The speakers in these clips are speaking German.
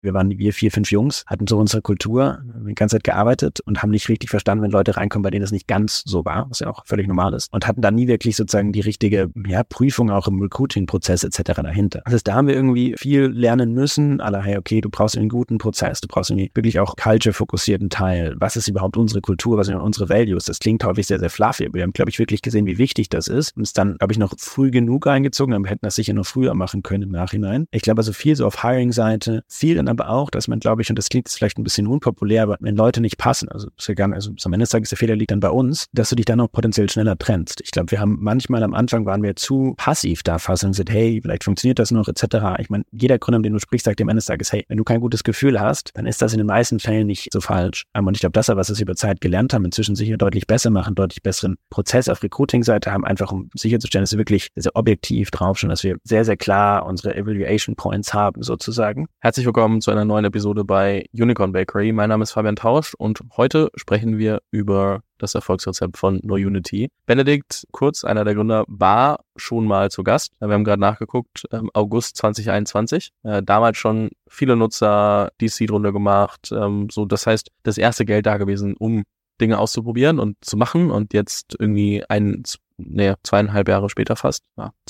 Wir waren 4, 5 Jungs, hatten so unsere Kultur, die ganze Zeit gearbeitet und haben nicht richtig verstanden, wenn Leute reinkommen, bei denen das nicht ganz so war, was ja auch völlig normal ist. Und hatten da nie wirklich sozusagen die richtige Prüfung auch im Recruiting-Prozess etc. dahinter. Das heißt, da haben wir irgendwie viel lernen müssen, hey, okay, du brauchst einen guten Prozess, du brauchst irgendwie wirklich auch culture-fokussierten Teil. Was ist überhaupt unsere Kultur, was sind unsere Values? Das klingt häufig sehr, sehr fluffy, aber wir haben, glaube ich, wirklich gesehen, wie wichtig das ist und es dann, glaube ich, noch früh genug eingezogen, aber wir hätten das sicher noch früher machen können im Nachhinein. Ich glaube, also viel so auf Hiring-Seite, viel dann aber auch, dass man, glaube ich, und das klingt jetzt vielleicht ein bisschen unpopulär, aber wenn Leute nicht passen, also am Ende des Tages der Fehler liegt dann bei uns, dass du dich dann auch potenziell schneller trennst. Ich glaube, wir haben manchmal am Anfang waren wir zu passiv da fast und gesagt, hey, vielleicht funktioniert das noch, etc. Ich meine, jeder Gründer, mit dem du sprichst, sagt dir am Ende des Tages, hey, wenn du kein gutes Gefühl hast, dann ist das in den meisten Fällen nicht so falsch. Und ich glaube, das ist, was wir über Zeit gelernt haben, inzwischen sicher deutlich besser machen, deutlich besseren Prozess auf Recruiting-Seite haben, einfach um sicherzustellen, dass wir wirklich sehr, sehr objektiv draufschauen, dass wir sehr, sehr klar unsere Evaluation Points haben, sozusagen. Herzlich willkommen zu einer neuen Episode bei Unicorn Bakery. Mein Name ist Fabian Tausch und heute sprechen wir über das Erfolgsrezept von NoUnity. Benedikt Kurz, einer der Gründer, war schon mal zu Gast. Wir haben gerade nachgeguckt, August 2021. Damals schon viele Nutzer, die Seed-Runde gemacht. Das heißt, das erste Geld da gewesen, um Dinge auszuprobieren und zu machen. Und jetzt irgendwie 2,5 Jahre später fast,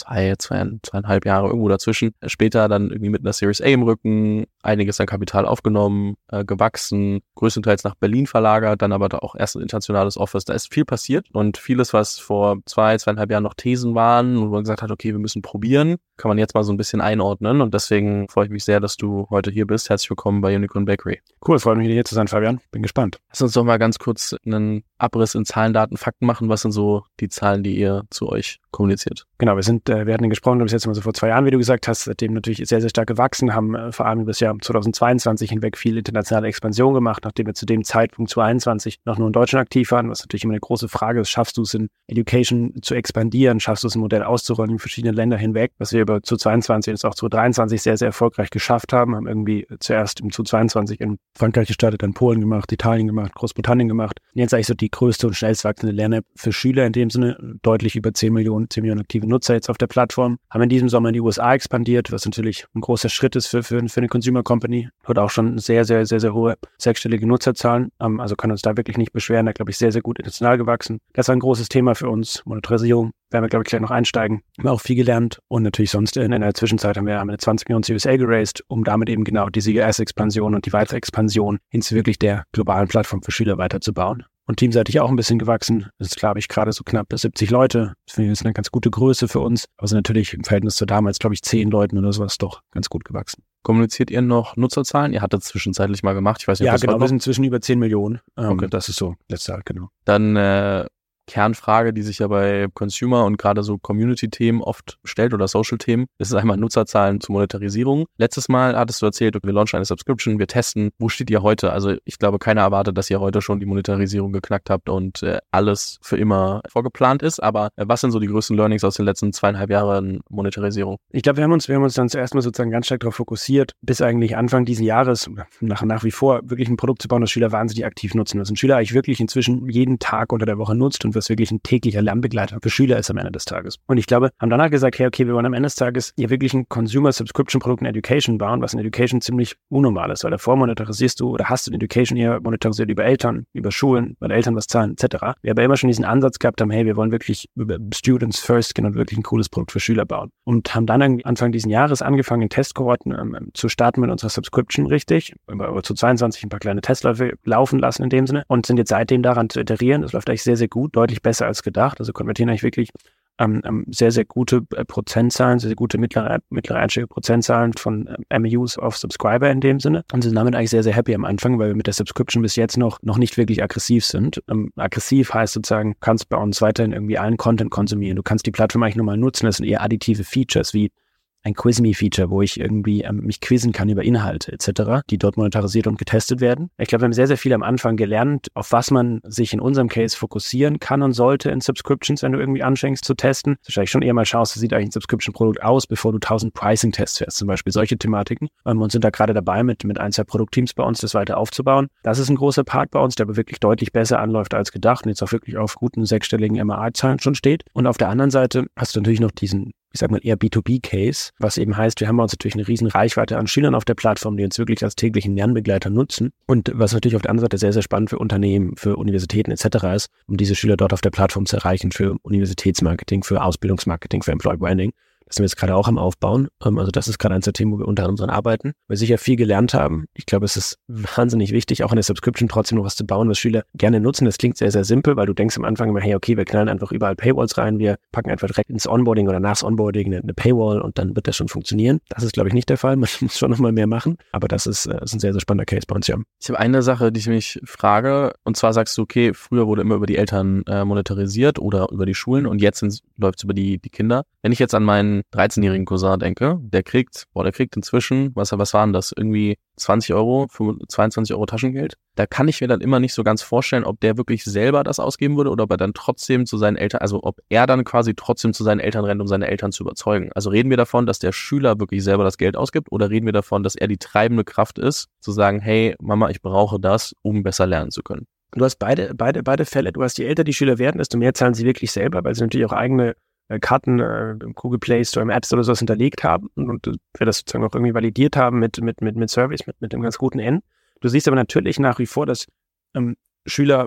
zweieinhalb Jahre irgendwo dazwischen, später dann irgendwie mit einer Series A im Rücken, einiges an Kapital aufgenommen, gewachsen, größtenteils nach Berlin verlagert, dann aber da auch erst ein internationales Office. Da ist viel passiert und vieles, was vor 2,5 Jahren noch Thesen waren und wo man gesagt hat, okay, wir müssen probieren, kann man jetzt mal so ein bisschen einordnen und deswegen freue ich mich sehr, dass du heute hier bist. Herzlich willkommen bei Unicorn Bakery. Cool, freut mich, hier zu sein, Fabian. Bin gespannt. Lass uns doch mal ganz kurz einen Abriss in Zahlen, Daten, Fakten machen. Was sind so die Zahlen, die ihr zu euch kommuniziert? Genau, wir hatten gesprochen, glaube ich, jetzt mal so vor 2 Jahren, wie du gesagt hast, seitdem natürlich sehr, sehr stark gewachsen, haben vor allem über das Jahr 2022 hinweg viel internationale Expansion gemacht, nachdem wir zu dem Zeitpunkt 2021 noch nur in Deutschland aktiv waren, was natürlich immer eine große Frage ist, schaffst du es in Education zu expandieren, schaffst du es ein Modell auszurollen in verschiedene Länder hinweg, was wir über 2022 und jetzt auch 2023 sehr, sehr erfolgreich geschafft haben irgendwie zuerst im 2022 in Frankreich gestartet, dann Polen gemacht, Italien gemacht, Großbritannien gemacht. Und jetzt eigentlich so die größte und schnellst wachsende Lern-App für Schüler in dem Sinne, deutlich über 10 Millionen aktive Nutzer jetzt auf der Plattform. Haben in diesem Sommer in die USA expandiert, was natürlich ein großer Schritt ist für eine Consumer Company. Hat auch schon sehr, sehr, sehr, sehr hohe sechsstellige Nutzerzahlen. Also können uns da wirklich nicht beschweren. Da, glaube ich, sehr, sehr gut international gewachsen. Das war ein großes Thema für uns. Monetarisierung werden wir, glaube ich, gleich noch einsteigen. Haben auch viel gelernt und natürlich sonst in der Zwischenzeit haben wir eine 20 Millionen Series A geraced, um damit eben genau diese US-Expansion und die weitere Expansion hin zu wirklich der globalen Plattform für Schüler weiterzubauen. Und teamseitig auch ein bisschen gewachsen. Das ist, glaube ich, gerade so knapp 70 Leute. Das finde ich ist eine ganz gute Größe für uns. Aber sind natürlich im Verhältnis zu damals, glaube ich, 10 Leuten oder sowas doch ganz gut gewachsen. Kommuniziert ihr noch Nutzerzahlen? Ihr hattet es zwischenzeitlich mal gemacht. Ich weiß nicht, ja, genau. Wir sind inzwischen über 10 Millionen. Okay. Das ist so letzte Jahr, genau. Dann Kernfrage, die sich ja bei Consumer und gerade so Community-Themen oft stellt oder Social-Themen, ist einmal Nutzerzahlen zur Monetarisierung. Letztes Mal hattest du erzählt, wir launchen eine Subscription, wir testen. Wo steht ihr heute? Also ich glaube, keiner erwartet, dass ihr heute schon die Monetarisierung geknackt habt und alles für immer vorgeplant ist. Aber was sind so die größten Learnings aus den letzten 2,5 Jahren Monetarisierung? Ich glaube, wir haben uns dann zuerst mal sozusagen ganz stark darauf fokussiert, bis eigentlich Anfang dieses Jahres, nach wie vor, wirklich ein Produkt zu bauen, das Schüler wahnsinnig aktiv nutzen. Was ein Schüler eigentlich wirklich inzwischen jeden Tag unter der Woche nutzt und was wirklich ein täglicher Lernbegleiter für Schüler ist am Ende des Tages. Und ich glaube, haben danach gesagt, hey, okay, wir wollen am Ende des Tages hier wirklich ein Consumer-Subscription-Produkt in Education bauen, was in Education ziemlich unnormal ist, weil davor monetarisierst du oder hast du in Education eher monetarisiert über Eltern, über Schulen, weil Eltern was zahlen, etc. Wir aber immer schon diesen Ansatz gehabt haben, hey, wir wollen wirklich über Students first gehen und wirklich ein cooles Produkt für Schüler bauen. Und haben dann Anfang diesen Jahres angefangen, in Testkohorten zu starten mit unserer Subscription richtig, aber zu 22 ein paar kleine Testläufe laufen lassen in dem Sinne und sind jetzt seitdem daran zu iterieren. Das läuft eigentlich sehr, sehr gut, deutlich besser als gedacht. Also konvertieren eigentlich wirklich sehr, sehr gute Prozentzahlen, sehr, sehr gute mittlere einstellige Prozentzahlen von MAUs auf Subscriber in dem Sinne und sind damit eigentlich sehr, sehr happy am Anfang, weil wir mit der Subscription bis jetzt noch nicht wirklich aggressiv sind. Aggressiv heißt sozusagen, du kannst bei uns weiterhin irgendwie allen Content konsumieren. Du kannst die Plattform eigentlich nochmal nutzen. Das sind eher additive Features wie ein Quiz-Me-Feature, wo ich irgendwie mich quizzen kann über Inhalte etc., die dort monetarisiert und getestet werden. Ich glaube, wir haben sehr, sehr viel am Anfang gelernt, auf was man sich in unserem Case fokussieren kann und sollte in Subscriptions, wenn du irgendwie anfängst zu testen. Wahrscheinlich schon eher mal schaust, wie sieht eigentlich ein Subscription-Produkt aus, bevor du 1000 Pricing-Tests fährst, zum Beispiel solche Thematiken. Und sind da gerade dabei, mit 1, 2 Produktteams bei uns das weiter aufzubauen. Das ist ein großer Part bei uns, der aber wirklich deutlich besser anläuft als gedacht und jetzt auch wirklich auf guten sechsstelligen MAA-Zahlen schon steht. Und auf der anderen Seite hast du natürlich noch diesen ich sag mal eher B2B-Case, was eben heißt, wir haben bei uns natürlich eine riesen Reichweite an Schülern auf der Plattform, die uns wirklich als täglichen Lernbegleiter nutzen und was natürlich auf der anderen Seite sehr, sehr spannend für Unternehmen, für Universitäten etc. ist, um diese Schüler dort auf der Plattform zu erreichen für Universitätsmarketing, für Ausbildungsmarketing, für Employer Branding. Das sind wir jetzt gerade auch am Aufbauen. Also das ist gerade eins der Themen, wo wir unter anderem arbeiten, weil wir sicher viel gelernt haben. Ich glaube, es ist wahnsinnig wichtig, auch in der Subscription trotzdem noch was zu bauen, was Schüler gerne nutzen. Das klingt sehr, sehr simpel, weil du denkst am Anfang immer, hey, okay, wir knallen einfach überall Paywalls rein, wir packen einfach direkt ins Onboarding oder nachs Onboarding eine Paywall und dann wird das schon funktionieren. Das ist, glaube ich, nicht der Fall. Man muss schon noch mal mehr machen, aber das ist ein sehr, sehr spannender Case bei uns, ja. Ich habe eine Sache, die ich mich frage, und zwar sagst du, okay, früher wurde immer über die Eltern monetarisiert oder über die Schulen und jetzt läuft es über die Kinder. Wenn ich jetzt an meinen 13-jährigen Cousin denke, der kriegt inzwischen, was waren das, irgendwie 20 Euro, 22 Euro Taschengeld. Da kann ich mir dann immer nicht so ganz vorstellen, ob der wirklich selber das ausgeben würde oder ob er dann trotzdem zu seinen Eltern, also ob er dann quasi trotzdem zu seinen Eltern rennt, um seine Eltern zu überzeugen. Also reden wir davon, dass der Schüler wirklich selber das Geld ausgibt oder reden wir davon, dass er die treibende Kraft ist, zu sagen, hey Mama, ich brauche das, um besser lernen zu können. Du hast beide Fälle. Du hast, je älter die Schüler werden, desto mehr zahlen sie wirklich selber, weil sie natürlich auch eigene Karten im Google Play Store, im App Store oder sowas hinterlegt haben und wir das sozusagen auch irgendwie validiert haben mit Service, mit dem ganz guten N. Du siehst aber natürlich nach wie vor, dass Schüler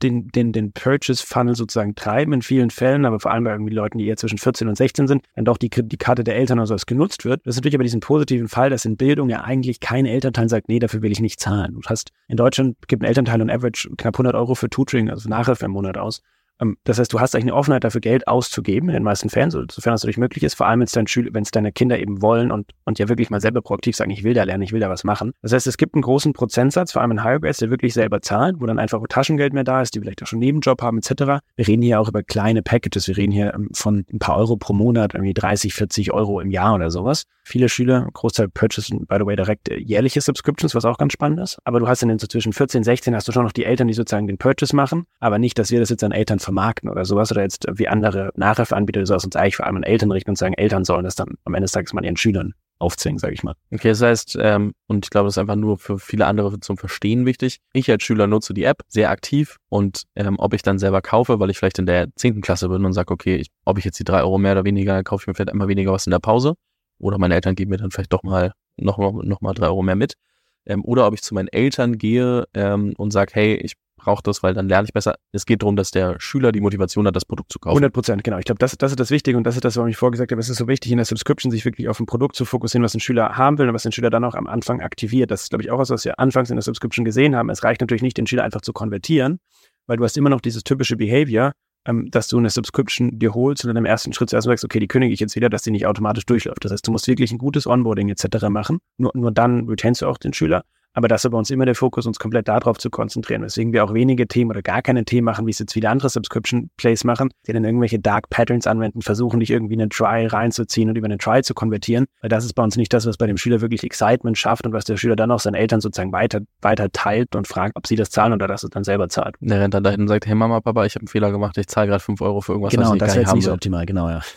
den Purchase-Funnel sozusagen treiben in vielen Fällen, aber vor allem bei irgendwie Leuten, die eher zwischen 14 und 16 sind, dann doch die Karte der Eltern oder sowas genutzt wird. Das ist natürlich aber diesen positiven Fall, dass in Bildung ja eigentlich kein Elternteil sagt, nee, dafür will ich nicht zahlen. Du hast in Deutschland gibt ein Elternteil on average knapp 100 Euro für Tutoring, also Nachhilfe im Monat aus. Das heißt, du hast eigentlich eine Offenheit dafür, Geld auszugeben, in den meisten Fällen, sofern das natürlich möglich ist, vor allem wenn es deine Kinder eben wollen und ja wirklich mal selber proaktiv sagen, ich will da lernen, ich will da was machen. Das heißt, es gibt einen großen Prozentsatz, vor allem in Higher Grades, der wirklich selber zahlt, wo dann einfach Taschengeld mehr da ist, die vielleicht auch schon einen Nebenjob haben etc. Wir reden hier auch über kleine Packages, wir reden hier von ein paar Euro pro Monat, irgendwie 30, 40 Euro im Jahr oder sowas. Viele Schüler, Großteil purchasen, by the way, direkt jährliche Subscriptions, was auch ganz spannend ist. Aber du hast in den so zwischen 14 und 16 hast du schon noch die Eltern, die sozusagen den Purchase machen, aber nicht, dass wir das jetzt an Eltern vermarkten oder sowas oder jetzt wie andere Nachhilfeanbieter, das uns eigentlich vor allem an Eltern richten und sagen, Eltern sollen das dann am Ende des Tages mal ihren Schülern aufzwingen, sage ich mal. Okay, das heißt, und ich glaube, das ist einfach nur für viele andere zum Verstehen wichtig. Ich als Schüler nutze die App sehr aktiv und ob ich dann selber kaufe, weil ich vielleicht in der 10. Klasse bin und sage, okay, ob ich jetzt die 3 Euro mehr oder weniger, kaufe ich mir vielleicht einmal weniger was in der Pause oder meine Eltern geben mir dann vielleicht doch mal noch mal 3 Euro mehr mit. Oder ob ich zu meinen Eltern gehe und sage, hey, ich brauche das, weil dann lerne ich besser. Es geht darum, dass der Schüler die Motivation hat, das Produkt zu kaufen. 100%, genau. Ich glaube, das ist das Wichtige und das ist das, was ich vorgesagt habe. Es ist so wichtig, in der Subscription sich wirklich auf ein Produkt zu fokussieren, was ein Schüler haben will und was den Schüler dann auch am Anfang aktiviert. Das ist, glaube ich, auch was wir anfangs in der Subscription gesehen haben. Es reicht natürlich nicht, den Schüler einfach zu konvertieren, weil du hast immer noch dieses typische Behavior, dass du eine Subscription dir holst und dann im ersten Schritt zuerst sagst, okay, die kündige ich jetzt wieder, dass die nicht automatisch durchläuft. Das heißt, du musst wirklich ein gutes Onboarding etc. machen. Nur dann retainst du auch den Schüler. Aber das ist bei uns immer der Fokus, uns komplett darauf zu konzentrieren, weswegen wir auch wenige Themen oder gar keine Themen machen, wie es jetzt viele andere Subscription-Plays machen, die dann irgendwelche Dark Patterns anwenden, versuchen, dich irgendwie in einen Try reinzuziehen und über einen Try zu konvertieren, weil das ist bei uns nicht das, was bei dem Schüler wirklich Excitement schafft und was der Schüler dann auch seinen Eltern sozusagen weiter teilt und fragt, ob sie das zahlen oder dass es dann selber zahlt. Der rennt dann dahin und sagt, hey Mama, Papa, ich habe einen Fehler gemacht, ich zahle gerade 5 Euro für irgendwas, genau, was ich gar nicht haben will. Genau, das ist nicht so optimal, genau, ja.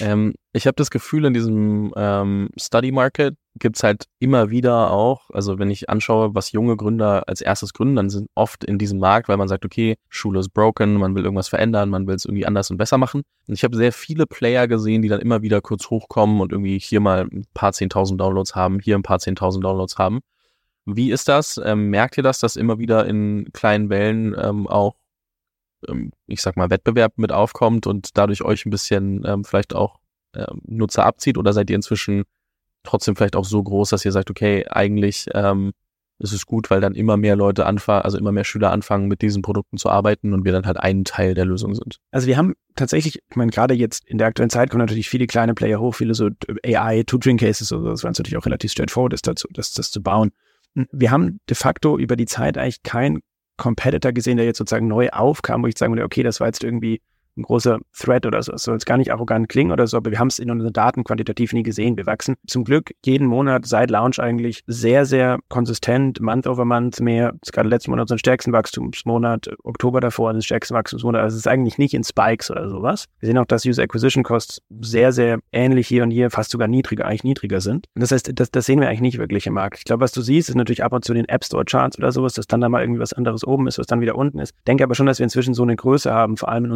Ich habe das Gefühl, in diesem Study Market gibt's halt immer wieder auch, also wenn ich anschaue, was junge Gründer als erstes gründen, dann sind oft in diesem Markt, weil man sagt, okay, Schule ist broken, man will irgendwas verändern, man will es irgendwie anders und besser machen. Und ich habe sehr viele Player gesehen, die dann immer wieder kurz hochkommen und irgendwie hier mal ein paar 10.000 Downloads haben, hier ein paar 10.000 Downloads haben. Wie ist das? Merkt ihr das, dass immer wieder in kleinen Wellen auch, ich sag mal, Wettbewerb mit aufkommt und dadurch euch ein bisschen vielleicht auch Nutzer abzieht? Oder seid ihr inzwischen trotzdem vielleicht auch so groß, dass ihr sagt, okay, eigentlich ist es gut, weil dann immer mehr Leute immer mehr Schüler anfangen, mit diesen Produkten zu arbeiten und wir dann halt ein Teil der Lösung sind? Also wir haben tatsächlich, ich meine, gerade jetzt in der aktuellen Zeit kommen natürlich viele kleine Player hoch, viele so AI, Tutoring-Cases oder so, das war uns natürlich auch relativ straightforward ist dazu, das zu bauen. Wir haben de facto über die Zeit eigentlich keinen Competitor gesehen, der jetzt sozusagen neu aufkam, wo ich sagen würde, okay, das war jetzt irgendwie ein großer Threat oder so. Es soll jetzt gar nicht arrogant klingen oder so, aber wir haben es in unseren Daten quantitativ nie gesehen. Wir wachsen zum Glück jeden Monat seit Launch eigentlich sehr, sehr konsistent, Month over Month mehr. Das ist gerade letzten Monat unser stärksten Wachstumsmonat, Oktober davor den stärksten Wachstumsmonat. Also es ist eigentlich nicht in Spikes oder sowas. Wir sehen auch, dass User Acquisition Costs sehr, sehr ähnlich hier und hier, fast sogar eigentlich niedriger sind. Und das heißt, das sehen wir eigentlich nicht wirklich im Markt. Ich glaube, was du siehst, ist natürlich ab und zu den App Store Charts oder sowas, dass dann da mal irgendwie was anderes oben ist, was dann wieder unten ist. Ich denke aber schon, dass wir inzwischen so eine Größe haben, vor allem in unseren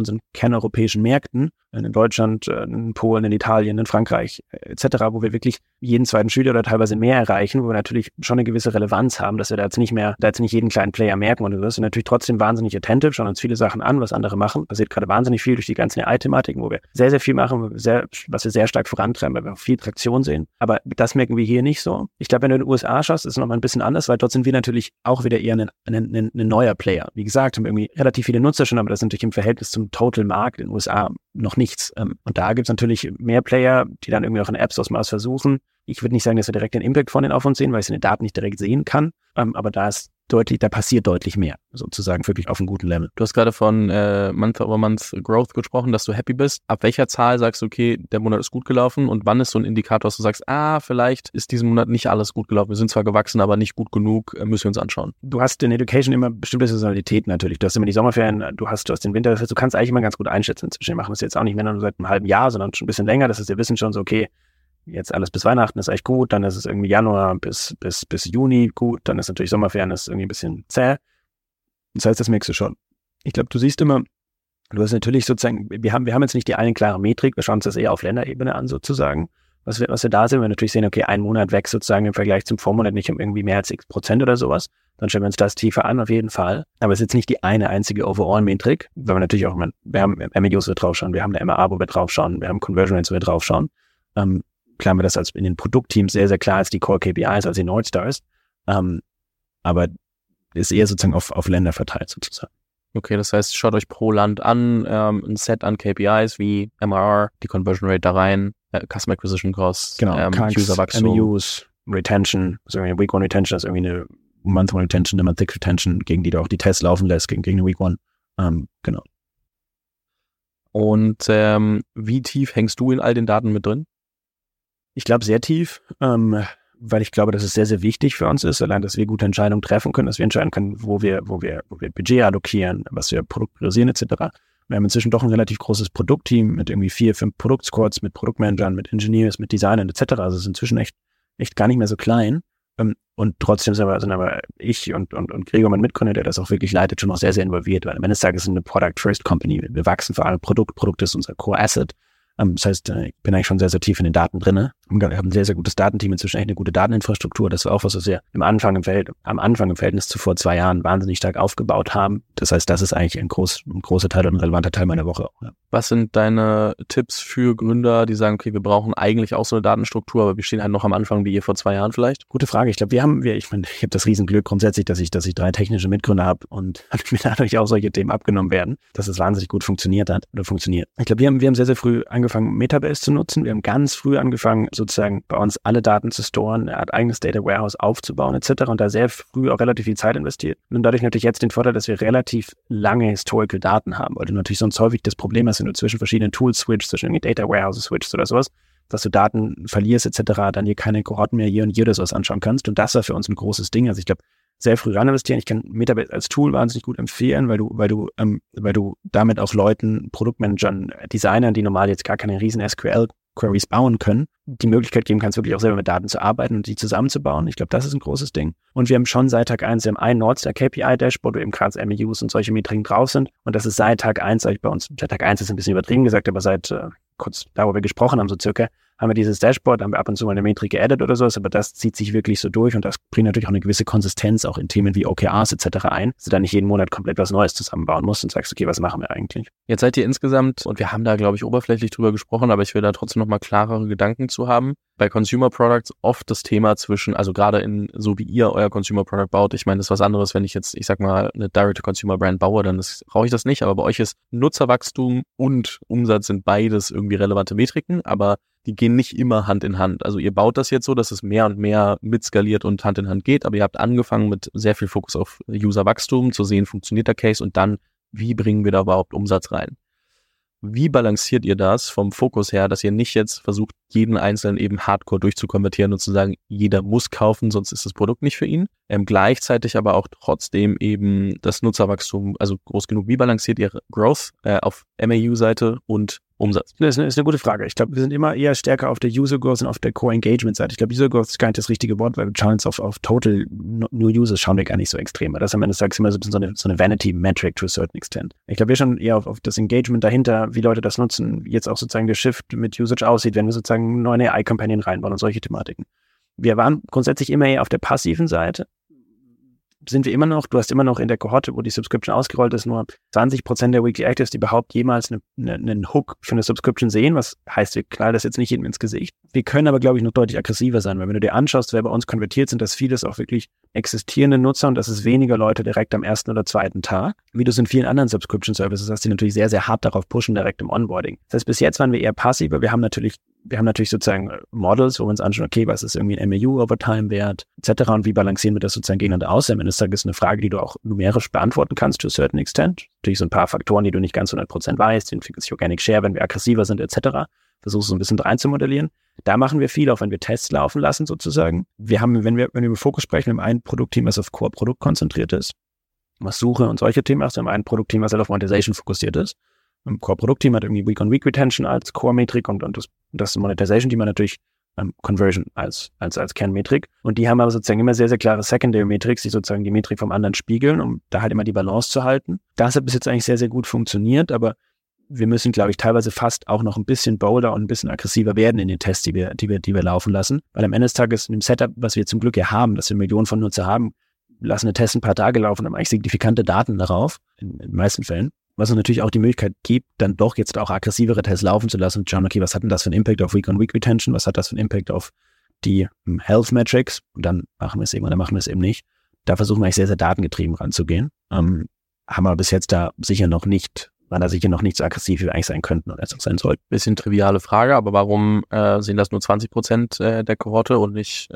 paneuropäischen Märkten, in Deutschland, in Polen, in Italien, in Frankreich etc., wo wir wirklich jeden zweiten Schüler oder teilweise mehr erreichen, wo wir natürlich schon eine gewisse Relevanz haben, dass wir da jetzt nicht jeden kleinen Player merken und wir sind natürlich trotzdem wahnsinnig attentive, schauen uns viele Sachen an, was andere machen. Passiert gerade wahnsinnig viel durch die ganzen AI-Thematiken, wo wir sehr, sehr viel machen, was wir sehr stark vorantreiben, weil wir auch viel Traktion sehen. Aber das merken wir hier nicht so. Ich glaube, wenn du in den USA schaust, ist es nochmal ein bisschen anders, weil dort sind wir natürlich auch wieder eher ein neuer Player. Wie gesagt, haben wir irgendwie relativ viele Nutzer schon, aber das ist natürlich im Verhältnis zum Total-Markt in den USA noch nichts. Und da gibt es natürlich mehr Player, die dann irgendwie auch in Apps aus Maus versuchen. Ich würde nicht sagen, dass wir direkt den Impact von den auf uns sehen, weil ich es in den Daten nicht direkt sehen kann. Aber da passiert deutlich mehr, sozusagen wirklich auf einem guten Level. Du hast gerade von Month-over-Month Growth gesprochen, dass du happy bist. Ab welcher Zahl sagst du, okay, der Monat ist gut gelaufen und wann ist so ein Indikator, dass du sagst, vielleicht ist diesen Monat nicht alles gut gelaufen. Wir sind zwar gewachsen, aber nicht gut genug, müssen wir uns anschauen. Du hast in Education immer bestimmte Saisonalitäten natürlich. Du hast immer die Sommerferien, du hast den Winter. Das heißt, du kannst eigentlich immer ganz gut einschätzen inzwischen. Wir machen das jetzt auch nicht mehr nur seit einem halben Jahr, sondern schon ein bisschen länger. Das heißt, wir wissen schon so, okay, jetzt alles bis Weihnachten ist echt gut, dann ist es irgendwie Januar bis Juni gut, dann ist natürlich Sommerferien, ist irgendwie ein bisschen zäh. Das heißt, das merkst du schon. Ich glaube, du siehst immer, du hast natürlich sozusagen, wir haben jetzt nicht die eine klare Metrik, wir schauen uns das eher auf Länderebene an sozusagen, was wir da sehen, wir natürlich sehen, okay, ein Monat wächst sozusagen im Vergleich zum Vormonat nicht um irgendwie mehr als x% oder sowas, dann schauen wir uns das tiefer an, auf jeden Fall. Aber es ist jetzt nicht die eine einzige Overall-Metrik, weil wir natürlich auch, wir haben MAUs, wo wir draufschauen, wir haben eine MAA, wo wir draufschauen, wir haben Conversion Rates, wo wir draufschauen. Klar haben wir das als in den Produktteams sehr, sehr klar als die Core KPIs, als die Nordstars. Aber ist eher sozusagen auf Länder verteilt sozusagen. Okay, das heißt, schaut euch pro Land an, ein Set an KPIs wie MRR, die Conversion Rate da rein, Customer Acquisition Costs, genau, Userwachstum, MAUs, Retention, also eine Week One Retention ist irgendwie eine Month One Retention, eine Month Retention, gegen die du auch die Tests laufen lässt, gegen eine Week One. Genau. Und wie tief hängst du in all den Daten mit drin? Ich glaube sehr tief, weil ich glaube, dass es sehr, sehr wichtig für uns ist, allein, dass wir gute Entscheidungen treffen können, dass wir entscheiden können, wo wir Budget allokieren, was wir produktpriorisieren etc. Wir haben inzwischen doch ein relativ großes Produktteam mit irgendwie 4, 5 Produktsquads, mit Produktmanagern, mit Engineers, mit Designern etc. Also es ist inzwischen echt gar nicht mehr so klein. Und trotzdem sind aber ich und Gregor, mein Mitgründer, der das auch wirklich leitet, schon noch sehr, sehr involviert, weil am Ende des Tages sind wir eine Product-First-Company. Wir wachsen vor allem Produkt ist unser Core-Asset. Das heißt, ich bin eigentlich schon sehr, sehr tief in den Daten drinne. Wir haben ein sehr, sehr gutes Datenteam, inzwischen echt eine gute Dateninfrastruktur. Das war auch was wir am Anfang im Verhältnis zu vor 2 Jahren wahnsinnig stark aufgebaut haben. Das heißt, das ist eigentlich ein großer Teil und ein relevanter Teil meiner Woche auch. Ja. Was sind deine Tipps für Gründer, die sagen, okay, wir brauchen eigentlich auch so eine Datenstruktur, aber wir stehen halt noch am Anfang wie ihr vor 2 Jahren vielleicht? Gute Frage. Ich glaube, ich habe das Riesenglück grundsätzlich, dass ich 3 technische Mitgründer habe und mir dadurch auch solche Themen abgenommen werden, dass es wahnsinnig gut funktioniert. Ich glaube, wir haben sehr, sehr früh angefangen, Metabase zu nutzen. Wir haben ganz früh angefangen, sozusagen bei uns alle Daten zu storen, ein eigenes Data Warehouse aufzubauen etc. und da sehr früh auch relativ viel Zeit investiert. Und dadurch natürlich jetzt den Vorteil, dass wir relativ lange Historical Daten haben, weil du natürlich sonst häufig das Problem hast, wenn du zwischen verschiedenen Tools switchst, zwischen irgendwie Data Warehouses switchst oder sowas, dass du Daten verlierst etc., dann hier keine Kohorten mehr hier und hier oder sowas anschauen kannst. Und das war für uns ein großes Ding. Also ich glaube, sehr früh rein investieren. Ich kann Metabase als Tool wahnsinnig gut empfehlen, weil du damit auch Leuten, Produktmanagern, Designern, die normal jetzt gar keine riesen SQL-Queries bauen können, die Möglichkeit geben kannst, wirklich auch selber mit Daten zu arbeiten und die zusammenzubauen. Ich glaube, das ist ein großes Ding. Und wir haben schon seit Tag 1, wir haben ein Nordstar KPI-Dashboard, wo eben gerade MAUs und solche Metriken drauf sind. Und das ist seit Tag 1, sag ich bei uns, seit Tag 1 ist ein bisschen übertrieben gesagt, aber seit kurz da, wo wir gesprochen haben, so circa, haben wir dieses Dashboard, haben wir ab und zu mal eine Metrik geaddet oder sowas, aber das zieht sich wirklich so durch und das bringt natürlich auch eine gewisse Konsistenz auch in Themen wie OKRs etc. ein, dass du da nicht jeden Monat komplett was Neues zusammenbauen musst und sagst, okay, was machen wir eigentlich? Jetzt seid ihr insgesamt, und wir haben da, glaube ich, oberflächlich drüber gesprochen, aber ich will da trotzdem nochmal klarere Gedanken zu haben. Bei Consumer Products oft das Thema zwischen, also gerade in, so wie ihr euer Consumer Product baut, ich meine, das ist was anderes, wenn ich jetzt, ich sag mal, eine Direct-to-Consumer-Brand baue, dann brauche ich das nicht, aber bei euch ist Nutzerwachstum und Umsatz sind beides irgendwie relevante Metriken, aber die gehen nicht immer Hand in Hand. Also ihr baut das jetzt so, dass es mehr und mehr mitskaliert und Hand in Hand geht, aber ihr habt angefangen mit sehr viel Fokus auf Userwachstum, zu sehen, funktioniert der Case und dann, wie bringen wir da überhaupt Umsatz rein? Wie balanciert ihr das vom Fokus her, dass ihr nicht jetzt versucht, jeden Einzelnen eben hardcore durchzukonvertieren und zu sagen, jeder muss kaufen, sonst ist das Produkt nicht für ihn. Gleichzeitig aber auch trotzdem eben das Nutzerwachstum, also groß genug. Wie balanciert ihr Growth auf MAU-Seite und Umsatz? Das ist eine gute Frage. Ich glaube, wir sind immer eher stärker auf der User Growth und auf der Core-Engagement-Seite. Ich glaube, User Growth ist gar nicht das richtige Wort, weil wir schauen jetzt auf Total New Users schauen wir gar nicht so extrem. Das ist am Ende des Tages immer so eine Vanity-Metric to a certain extent. Ich glaube, wir schauen eher auf das Engagement dahinter, wie Leute das nutzen, wie jetzt auch sozusagen der Shift mit Usage aussieht, wenn wir sozusagen einen neuen AI-Companion reinbauen und solche Thematiken. Wir waren grundsätzlich immer eher auf der passiven Seite. Sind wir immer noch, du hast immer noch in der Kohorte, wo die Subscription ausgerollt ist, nur 20% der Weekly Actives, die überhaupt jemals einen Hook für eine Subscription sehen, was heißt, wir knallen das jetzt nicht jedem ins Gesicht. Wir können aber, glaube ich, noch deutlich aggressiver sein, weil wenn du dir anschaust, wer bei uns konvertiert, sind das vieles auch wirklich existierende Nutzer und das ist weniger Leute direkt am ersten oder zweiten Tag, wie du es in vielen anderen Subscription Services hast, die natürlich sehr, sehr hart darauf pushen, direkt im Onboarding. Das heißt, bis jetzt waren wir eher passiver, wir haben natürlich sozusagen Models, wo wir uns anschauen, okay, was ist irgendwie ein MAU over Time wert, etc. und wie balancieren wir das sozusagen gegeneinander aus? Am Ende des Tages ist eine Frage, die du auch numerisch beantworten kannst to a certain extent. Natürlich so ein paar Faktoren, die du nicht ganz 100% weißt, wie entwickelt sich Organic Share, wenn wir aggressiver sind, etc. Versuchst so ein bisschen rein zu modellieren. Da machen wir viel, auch wenn wir Tests laufen lassen sozusagen. Wir haben, wenn wir über Fokus sprechen, wir haben ein Produktteam, das auf Core-Produkt konzentriert ist, was Suche und solche Themen macht. Wir haben ein Produktteam, was halt auf Monetization fokussiert ist. Ein Core-Produkt-Team hat irgendwie Week-on-Week-Retention als Core-Metrik und das Monetization-Team hat natürlich Conversion als Kernmetrik. Und die haben aber sozusagen immer sehr, sehr klare Secondary-Metrics, die sozusagen die Metrik vom anderen spiegeln, um da halt immer die Balance zu halten. Das hat bis jetzt eigentlich sehr, sehr gut funktioniert, aber wir müssen, glaube ich, teilweise fast auch noch ein bisschen bolder und ein bisschen aggressiver werden in den Tests, die wir laufen lassen. Weil am Ende des Tages in dem Setup, was wir zum Glück ja haben, dass wir Millionen von Nutzer haben, lassen wir Tests ein paar Tage laufen und haben eigentlich signifikante Daten darauf, in den meisten Fällen. Was uns natürlich auch die Möglichkeit gibt, dann doch jetzt auch aggressivere Tests laufen zu lassen und schauen, okay, was hat denn das für einen Impact auf Week-on-Week-Retention, was hat das für einen Impact auf die Health Metrics und dann machen wir es eben oder machen wir es eben nicht. Da versuchen wir eigentlich sehr, sehr datengetrieben ranzugehen. Haben wir bis jetzt waren da sicher noch nicht so aggressiv, wie wir eigentlich sein könnten oder es auch sein sollten. Bisschen triviale Frage, aber warum sind das nur 20% der Kohorte und nicht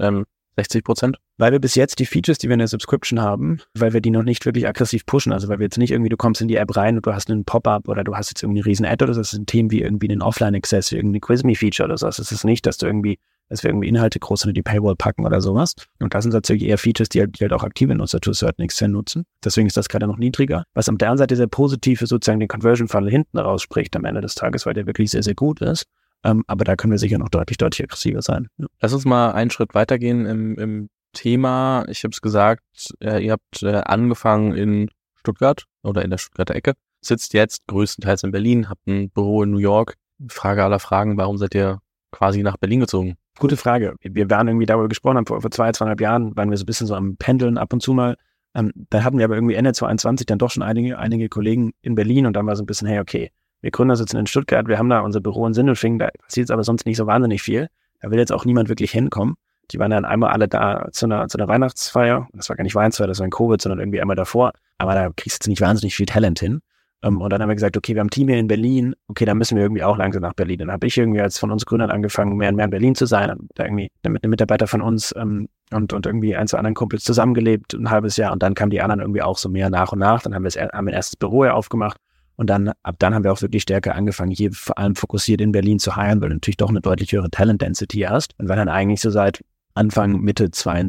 60%? Weil wir bis jetzt die Features, die wir in der Subscription haben, weil wir die noch nicht wirklich aggressiv pushen, also weil wir jetzt nicht irgendwie, du kommst in die App rein und du hast einen Pop-up oder du hast jetzt irgendwie eine riesen Ad oder so, das ist ein Thema wie irgendwie einen Offline-Access, wie irgendwie ein Quiz-Me-Feature oder so. Es ist nicht, dass wir irgendwie Inhalte groß unter die Paywall packen oder sowas. Und das sind tatsächlich eher Features, die halt auch aktive Nutzer to a certain extent nutzen. Deswegen ist das gerade noch niedriger. Was auf der anderen Seite sehr positiv ist, sozusagen den Conversion-Funnel hinten raus spricht am Ende des Tages, weil der wirklich sehr, sehr gut ist. Aber da können wir sicher noch deutlich aggressiver sein. Ja. Lass uns mal einen Schritt weitergehen im Thema. Ich habe es gesagt, ihr habt angefangen in Stuttgart oder in der Stuttgarter Ecke, sitzt jetzt größtenteils in Berlin, habt ein Büro in New York. Frage aller Fragen, warum seid ihr quasi nach Berlin gezogen? Gute Frage. Wir waren irgendwie darüber gesprochen haben, vor 2,5 Jahren waren wir so ein bisschen so am Pendeln ab und zu mal. Dann hatten wir aber irgendwie Ende 2021 dann doch schon einige Kollegen in Berlin und dann war so ein bisschen, hey, okay, wir Gründer sitzen in Stuttgart, wir haben da unser Büro in Sindelfingen, da passiert aber sonst nicht so wahnsinnig viel. Da will jetzt auch niemand wirklich hinkommen. Die waren dann einmal alle da zu einer Weihnachtsfeier. Das war gar nicht Weihnachtsfeier, das war in Covid, sondern irgendwie einmal davor. Aber da kriegst du jetzt nicht wahnsinnig viel Talent hin. Und dann haben wir gesagt, okay, wir haben ein Team hier in Berlin. Okay, dann müssen wir irgendwie auch langsam nach Berlin. Dann habe ich irgendwie als von uns Gründern angefangen, mehr und mehr in Berlin zu sein. Und da irgendwie mit einem Mitarbeiter von uns und irgendwie ein, zwei anderen Kumpels zusammengelebt, ein halbes Jahr. Und dann kamen die anderen irgendwie auch so mehr nach und nach. Dann haben wir ein erstes Büro hier aufgemacht. Und ab dann haben wir auch wirklich stärker angefangen, hier vor allem fokussiert in Berlin zu hiren, weil du natürlich doch eine deutlich höhere Talent-Density hast. Und weil dann eigentlich so seit Anfang, Mitte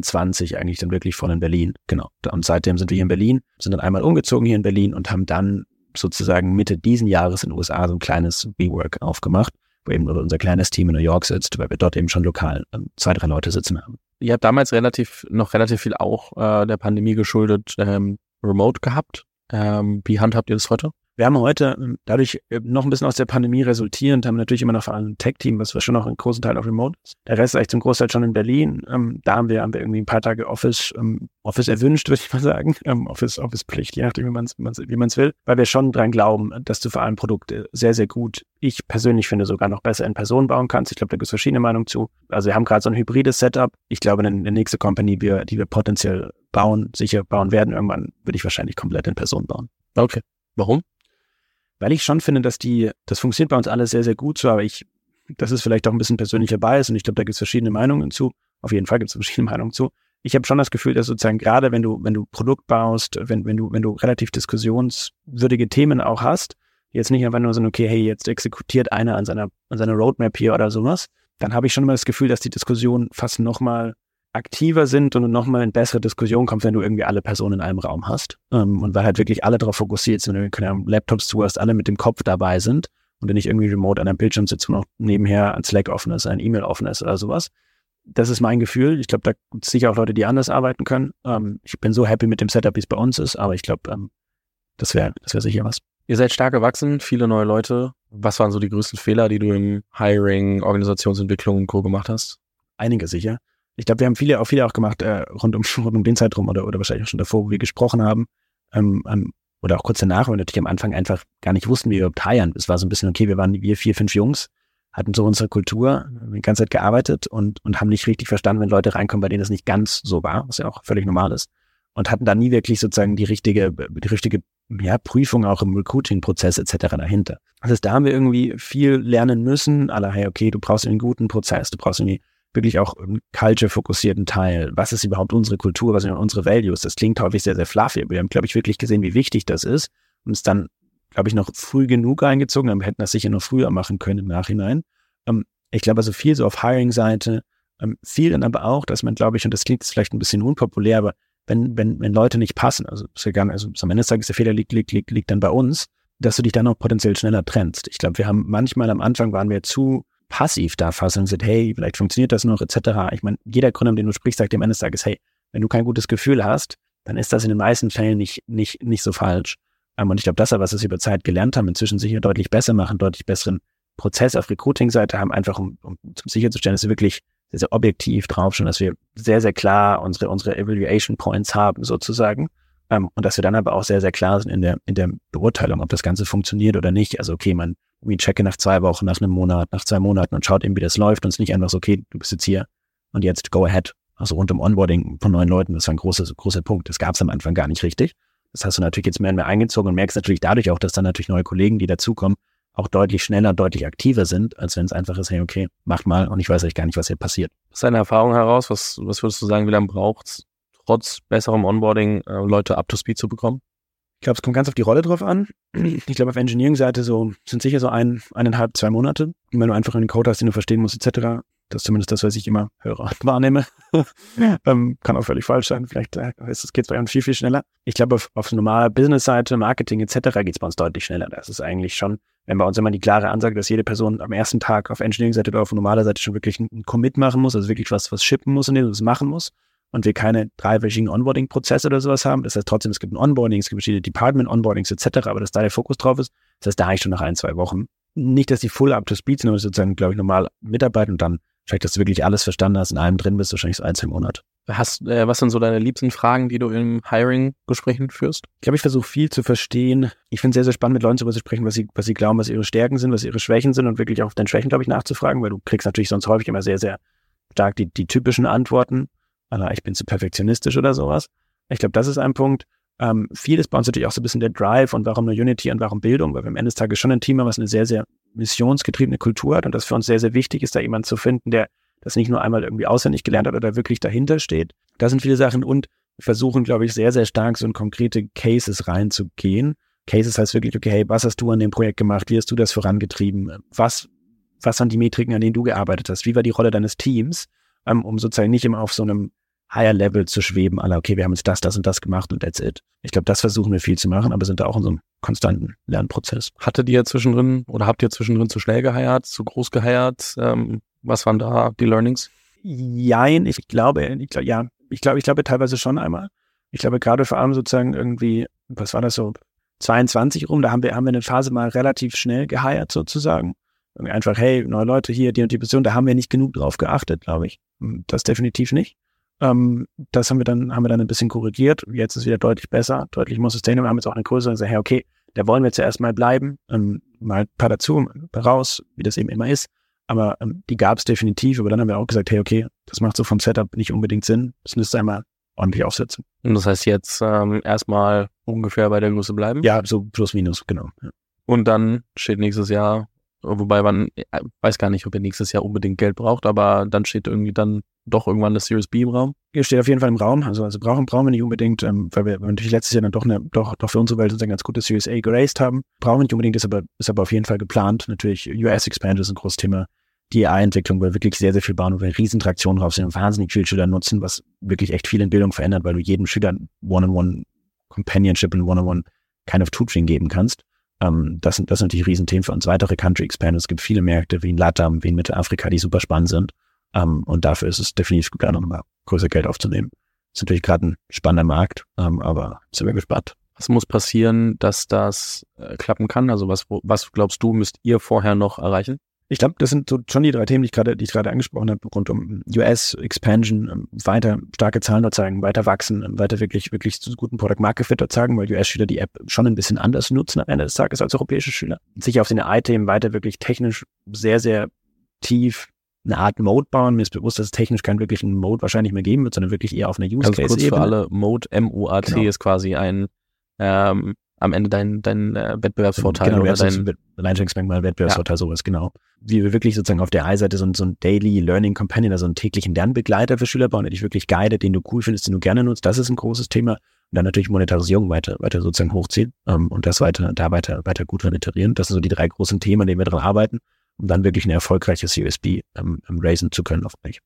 22 eigentlich dann wirklich voll in Berlin. Genau. Und seitdem sind wir hier in Berlin, sind dann einmal umgezogen hier in Berlin und haben dann sozusagen Mitte diesen Jahres in den USA so ein kleines WeWork aufgemacht, wo eben unser kleines Team in New York sitzt, weil wir dort eben schon lokal 2, 3 Leute sitzen haben. Ihr habt damals relativ viel auch der Pandemie geschuldet remote gehabt. Wie handhabt ihr das heute? Wir haben heute dadurch noch ein bisschen aus der Pandemie resultierend, haben natürlich immer noch ein Tech-Team, was wir schon noch in großen Teil auf Remote ist. Der Rest ist eigentlich zum Großteil schon in Berlin. Da haben wir irgendwie ein paar Tage Office erwünscht, würde ich mal sagen. Office-Pflicht, je nachdem, wie man es will. Weil wir schon dran glauben, dass du vor allem Produkte sehr, sehr gut, ich persönlich finde, sogar noch besser in Person bauen kannst. Ich glaube, da gibt es verschiedene Meinungen zu. Also wir haben gerade so ein hybrides Setup. Ich glaube, eine nächste Company, die wir potenziell sicher bauen werden, irgendwann würde ich wahrscheinlich komplett in Person bauen. Okay. Warum? Weil ich schon finde, das funktioniert bei uns alles sehr, sehr gut so, aber das ist vielleicht auch ein bisschen persönlicher Bias und ich glaube, da gibt es verschiedene Meinungen zu. Auf jeden Fall gibt es verschiedene Meinungen zu. Ich habe schon das Gefühl, dass sozusagen gerade wenn du Produkt baust, wenn du relativ diskussionswürdige Themen auch hast, jetzt nicht einfach nur so, okay, hey, jetzt exekutiert einer an seiner Roadmap hier oder sowas, dann habe ich schon immer das Gefühl, dass die Diskussionen fast nochmal aktiver sind und du nochmal in bessere Diskussion kommst, wenn du irgendwie alle Personen in einem Raum hast. Und weil halt wirklich alle darauf fokussiert sind, wenn du Laptops zu hast, alle mit dem Kopf dabei sind und du nicht irgendwie remote an einem Bildschirm sitzt und auch nebenher ein Slack offen ist, ein E-Mail offen ist oder sowas. Das ist mein Gefühl. Ich glaube, da gibt es sicher auch Leute, die anders arbeiten können. Ich bin so happy mit dem Setup, wie es bei uns ist, aber ich glaube, das wäre sicher was. Ihr seid stark gewachsen, viele neue Leute. Was waren so die größten Fehler, die du im Hiring, Organisationsentwicklung und Co. gemacht hast? Einige sicher. Ich glaube, wir haben viele auch gemacht rund um den Zeitraum oder wahrscheinlich auch schon davor, wo wir gesprochen haben. Oder auch kurz danach, weil wir natürlich am Anfang einfach gar nicht wussten, wie wir überhaupt hiren. Es war so ein bisschen, okay, wir 4, 5 Jungs, hatten so unsere Kultur, haben die ganze Zeit gearbeitet und haben nicht richtig verstanden, wenn Leute reinkommen, bei denen das nicht ganz so war, was ja auch völlig normal ist. Und hatten da nie wirklich sozusagen die richtige Prüfung auch im Recruiting-Prozess etc. dahinter. Das heißt, da haben wir irgendwie viel lernen müssen, hey, okay, du brauchst einen guten Prozess, du brauchst irgendwie wirklich auch einen culture-fokussierten Teil. Was ist überhaupt unsere Kultur, was sind unsere Values? Das klingt häufig sehr, sehr fluffy, aber wir haben, glaube ich, wirklich gesehen, wie wichtig das ist und es dann, glaube ich, noch früh genug eingezogen haben. Wir hätten das sicher noch früher machen können im Nachhinein. Ich glaube, also viel so auf Hiring-Seite, viel dann aber auch, dass man, glaube ich, und das klingt jetzt vielleicht ein bisschen unpopulär, aber wenn Leute nicht passen, also am Ende des Tages der Fehler liegt dann bei uns, dass du dich dann auch potenziell schneller trennst. Ich glaube, wir haben manchmal am Anfang waren wir zu passiv da fast und gesagt, hey, vielleicht funktioniert das noch, etc. Ich meine, jeder Gründer, mit dem du sprichst, sagt dir am Ende des Tages, hey, wenn du kein gutes Gefühl hast, dann ist das in den meisten Fällen nicht so falsch. Und ich glaube, das ist was wir über Zeit gelernt haben, inzwischen sicher deutlich besser machen, deutlich besseren Prozess auf Recruiting-Seite haben, einfach um sicherzustellen, dass wir wirklich sehr, sehr objektiv draufschauen, dass wir sehr, sehr klar unsere Evaluation Points haben, sozusagen. Und dass wir dann aber auch sehr, sehr klar sind in der Beurteilung, ob das Ganze funktioniert oder nicht. Also okay, man checke nach 2 Wochen, nach einem Monat, nach 2 Monaten und schaut eben, wie das läuft und es ist nicht einfach so, okay, du bist jetzt hier und jetzt go ahead. Also rund um Onboarding von neuen Leuten, das war ein großer Punkt. Das gab es am Anfang gar nicht richtig. Das hast du natürlich jetzt mehr und mehr eingezogen und merkst natürlich dadurch auch, dass dann natürlich neue Kollegen, die dazukommen, auch deutlich schneller, deutlich aktiver sind, als wenn es einfach ist, hey, okay, macht mal und ich weiß eigentlich gar nicht, was hier passiert. Aus deiner Erfahrung heraus, was würdest du sagen, wie lange braucht es, trotz besserem Onboarding Leute up to speed zu bekommen? Ich glaube, es kommt ganz auf die Rolle drauf an. Ich glaube, auf Engineering-Seite sind sicher so 1,5, 2 Monate. Und wenn du einfach einen Code hast, den du verstehen musst, etc., das ist zumindest das, was ich immer höre und wahrnehme. Kann auch völlig falsch sein. Vielleicht geht es bei uns viel, viel schneller. Ich glaube, auf normaler Business-Seite, Marketing etc. geht es bei uns deutlich schneller. Das ist eigentlich schon, wenn bei uns immer die klare Ansage, dass jede Person am ersten Tag auf Engineering-Seite oder auf normaler Seite schon wirklich einen Commit machen muss, also wirklich was shippen muss und das machen muss. Und wir keine 3-wöchigen Onboarding-Prozesse oder sowas haben. Das heißt trotzdem, es gibt ein Onboarding, es gibt verschiedene Department-Onboardings etc., aber dass da der Fokus drauf ist, das heißt, da eigentlich schon nach 1, 2 Wochen. Nicht, dass die full up to speed sind, aber sozusagen, glaube ich, normal mitarbeiten und dann vielleicht, dass du wirklich alles verstanden hast, in allem drin bist, wahrscheinlich so 1, 2 Monate. Was sind so deine liebsten Fragen, die du in Hiring-Gesprächen führst? Ich glaube, ich versuche viel zu verstehen. Ich finde es sehr, sehr spannend, mit Leuten darüber zu sprechen, was sie glauben, was ihre Stärken sind, was ihre Schwächen sind und wirklich auch auf deinen Schwächen, glaube ich, nachzufragen, weil du kriegst natürlich sonst häufig immer sehr, sehr stark die typischen Antworten. Ich bin zu perfektionistisch oder sowas. Ich glaube, das ist ein Punkt. Viel ist bei uns natürlich auch so ein bisschen der Drive und warum nur Unity und warum Bildung, weil wir am Ende des Tages schon ein Team haben, was eine sehr, sehr missionsgetriebene Kultur hat und das für uns sehr, sehr wichtig ist, da jemanden zu finden, der das nicht nur einmal irgendwie auswendig gelernt hat oder wirklich dahinter steht. Das sind viele Sachen und wir versuchen, glaube ich, sehr, sehr stark so in konkrete Cases reinzugehen. Cases heißt wirklich, okay, hey, was hast du an dem Projekt gemacht? Wie hast du das vorangetrieben? Was waren die Metriken, an denen du gearbeitet hast? Wie war die Rolle deines Teams? Um sozusagen nicht immer auf so einem Higher Level zu schweben, okay, wir haben jetzt das und das gemacht und that's it. Ich glaube, das versuchen wir viel zu machen, aber sind da auch in so einem konstanten Lernprozess. Habt ihr zwischendrin zu schnell geheiert, zu groß geheiert? Was waren da die Learnings? Jein, ich glaube teilweise schon einmal. Ich glaube gerade vor allem sozusagen irgendwie, was war das so, 22 rum, da haben wir eine Phase mal relativ schnell geheiert sozusagen. Irgendwie einfach, hey, neue Leute hier, die und die Position, da haben wir nicht genug drauf geachtet, glaube ich. Das definitiv nicht. Das haben wir dann ein bisschen korrigiert. Jetzt ist es wieder deutlich besser, deutlich more sustainable. Wir haben jetzt auch eine Größe und sagen, hey, okay, da wollen wir zuerst mal bleiben, mal ein paar dazu, ein paar raus, wie das eben immer ist. Aber die gab es definitiv. Aber dann haben wir auch gesagt, hey, okay, das macht so vom Setup nicht unbedingt Sinn. Das müsste einmal ordentlich aufsetzen. Und das heißt jetzt erstmal ungefähr bei der Größe bleiben? Ja, so plus minus, genau. Ja. Und dann steht nächstes Jahr, wobei man weiß gar nicht, ob ihr nächstes Jahr unbedingt Geld braucht, aber dann steht irgendwie dann doch irgendwann das Series B im Raum? Hier steht auf jeden Fall im Raum. Also brauchen wir nicht unbedingt, weil wir natürlich letztes Jahr dann doch für unsere Welt sozusagen ganz gutes Series A geraced haben. Brauchen wir nicht unbedingt, ist aber auf jeden Fall geplant. Natürlich US-Expansion ist ein großes Thema. Die AI-Entwicklung, weil wir wirklich sehr, sehr viel bauen und wir Riesentraktionen drauf sind und wahnsinnig viele Schüler nutzen, was wirklich echt viel in Bildung verändert, weil du jedem Schüler One-on-One Companionship und One-on-One kind of Tutoring geben kannst. Das sind natürlich Riesenthemen für uns. Weitere Country Expansion. Es gibt viele Märkte wie in LATAM, wie in Mittelafrika, die super spannend sind. Und dafür ist es definitiv gut, noch mal größer Geld aufzunehmen. Ist natürlich gerade ein spannender Markt, aber sind wir gespannt. Was muss passieren, dass das klappen kann? Also was glaubst du, müsst ihr vorher noch erreichen? Ich glaube, das sind so schon die 3 Themen, die ich gerade angesprochen habe, rund um US-Expansion, weiter starke Zahlen dort zeigen, weiter wachsen, weiter wirklich zu guten Product-Market-Fit dort zeigen, weil US-Schüler die App schon ein bisschen anders nutzen am Ende des Tages als europäische Schüler. Sicher auf den AI-Themen weiter wirklich technisch sehr, sehr tief eine Art Mode bauen. Mir ist bewusst, dass es technisch keinen wirklichen Mode wahrscheinlich mehr geben wird, sondern wirklich eher auf einer Use-Case-Ebene. Also kurz für alle, Mode, M-O-A-T, genau, ist quasi ein am Ende dein Wettbewerbsvorteil. Genau, oder dein Alleinstellungsmerkmal, Wettbewerbsvorteil, sowas, genau. Wie wir wirklich sozusagen auf der einen-Seite so ein Daily Learning Companion, also einen täglichen Lernbegleiter für Schüler bauen, der dich wirklich guidet, den du cool findest, den du gerne nutzt, das ist ein großes Thema. Und dann natürlich Monetarisierung weiter sozusagen hochziehen und das weiter gut iterieren. Das sind so die 3 großen Themen, an denen wir dran arbeiten, um dann wirklich ein erfolgreiches USB raisen zu können, hoffentlich.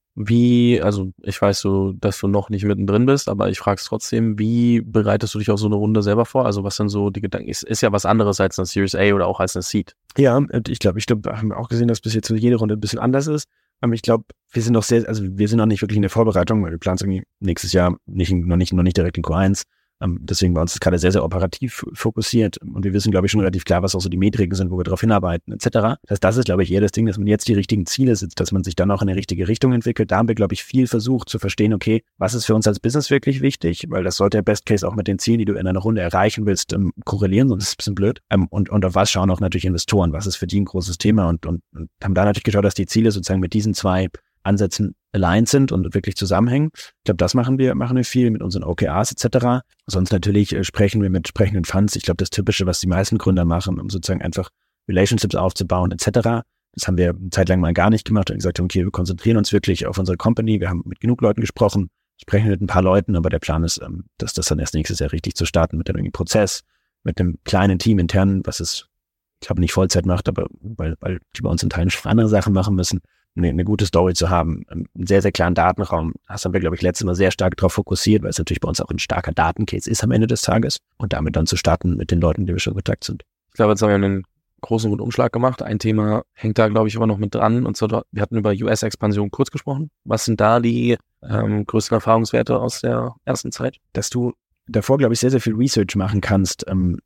Also ich weiß so, dass du noch nicht mittendrin bist, aber ich frage es trotzdem, wie bereitest du dich auf so eine Runde selber vor? Also was sind so die Gedanken? Ist ja was anderes als eine Series A oder auch als eine Seed. Ja, ich glaube, haben wir auch gesehen, dass bis jetzt jede Runde ein bisschen anders ist. Ich glaube, wir sind noch nicht wirklich in der Vorbereitung, weil wir planen irgendwie nächstes Jahr noch nicht direkt in Q1. Deswegen bei uns ist gerade sehr, sehr operativ fokussiert und wir wissen, glaube ich, schon relativ klar, was auch so die Metriken sind, wo wir drauf hinarbeiten, etc. Das ist, glaube ich, eher das Ding, dass man jetzt die richtigen Ziele setzt, dass man sich dann auch in die richtige Richtung entwickelt. Da haben wir, glaube ich, viel versucht zu verstehen, okay, was ist für uns als Business wirklich wichtig, weil das sollte ja Best Case auch mit den Zielen, die du in einer Runde erreichen willst, korrelieren, sonst ist es ein bisschen blöd. Und auf was schauen auch natürlich Investoren, was ist für die ein großes Thema und haben da natürlich geschaut, dass die Ziele sozusagen mit diesen 2 Ansätzen aligned sind und wirklich zusammenhängen. Ich glaube, das machen wir viel mit unseren OKRs etc. Sonst natürlich sprechen wir mit entsprechenden Funds. Ich glaube, das Typische, was die meisten Gründer machen, um sozusagen einfach Relationships aufzubauen etc. Das haben wir eine Zeit lang mal gar nicht gemacht und gesagt, okay, wir konzentrieren uns wirklich auf unsere Company. Wir haben mit genug Leuten gesprochen, sprechen mit ein paar Leuten, aber der Plan ist, dass das dann erst nächstes Jahr richtig zu starten mit dem Prozess, mit einem kleinen Team intern, was es, ich glaube, nicht Vollzeit macht, aber weil die bei uns in Teilen schon andere Sachen machen müssen. Eine gute Story zu haben, einen sehr, sehr klaren Datenraum. Das haben wir, glaube ich, letztes Mal sehr stark darauf fokussiert, weil es natürlich bei uns auch ein starker Datencase ist am Ende des Tages und damit dann zu starten mit den Leuten, die wir schon in Kontakt sind. Ich glaube, jetzt haben wir einen großen Rundumschlag gemacht. Ein Thema hängt da, glaube ich, immer noch mit dran. Und zwar, wir hatten über US-Expansion kurz gesprochen. Was sind da die größten Erfahrungswerte aus der ersten Zeit? Dass du davor, glaube ich, sehr, sehr viel Research machen kannst,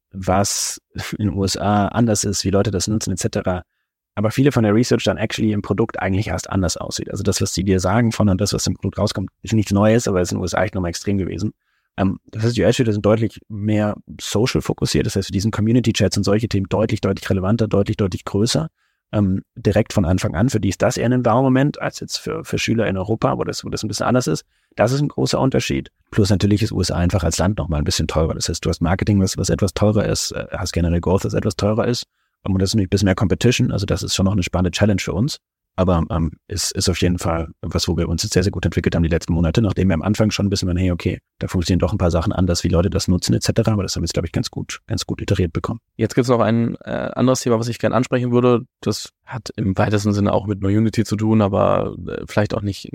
was in den USA anders ist, wie Leute das nutzen etc., aber viele von der Research dann actually im Produkt eigentlich erst anders aussieht. Also das, was die dir sagen und das, was im Produkt rauskommt, ist nichts Neues, aber es ist in den USA echt nochmal extrem gewesen. Das heißt, die US-Schüler sind deutlich mehr social fokussiert. Das heißt, für diesen Community-Chats und solche Themen deutlich relevanter, deutlich größer. Direkt von Anfang an. Für die ist das eher ein Wow-Moment als jetzt für Schüler in Europa, wo das ein bisschen anders ist. Das ist ein großer Unterschied. Plus natürlich ist USA einfach als Land nochmal ein bisschen teurer. Das heißt, du hast Marketing, was etwas teurer ist, hast generell Growth, was etwas teurer ist. Und das ist natürlich ein bisschen mehr Competition, also das ist schon noch eine spannende Challenge für uns. Aber ist auf jeden Fall was, wo wir uns jetzt sehr, sehr gut entwickelt haben die letzten Monate, nachdem wir am Anfang schon ein bisschen waren, hey, okay, da funktionieren doch ein paar Sachen anders, wie Leute das nutzen etc. Aber das haben wir jetzt, glaube ich, ganz gut iteriert bekommen. Jetzt gibt es noch ein anderes Thema, was ich gerne ansprechen würde. Das hat im weitesten Sinne auch mit NoUnity zu tun, aber vielleicht auch nicht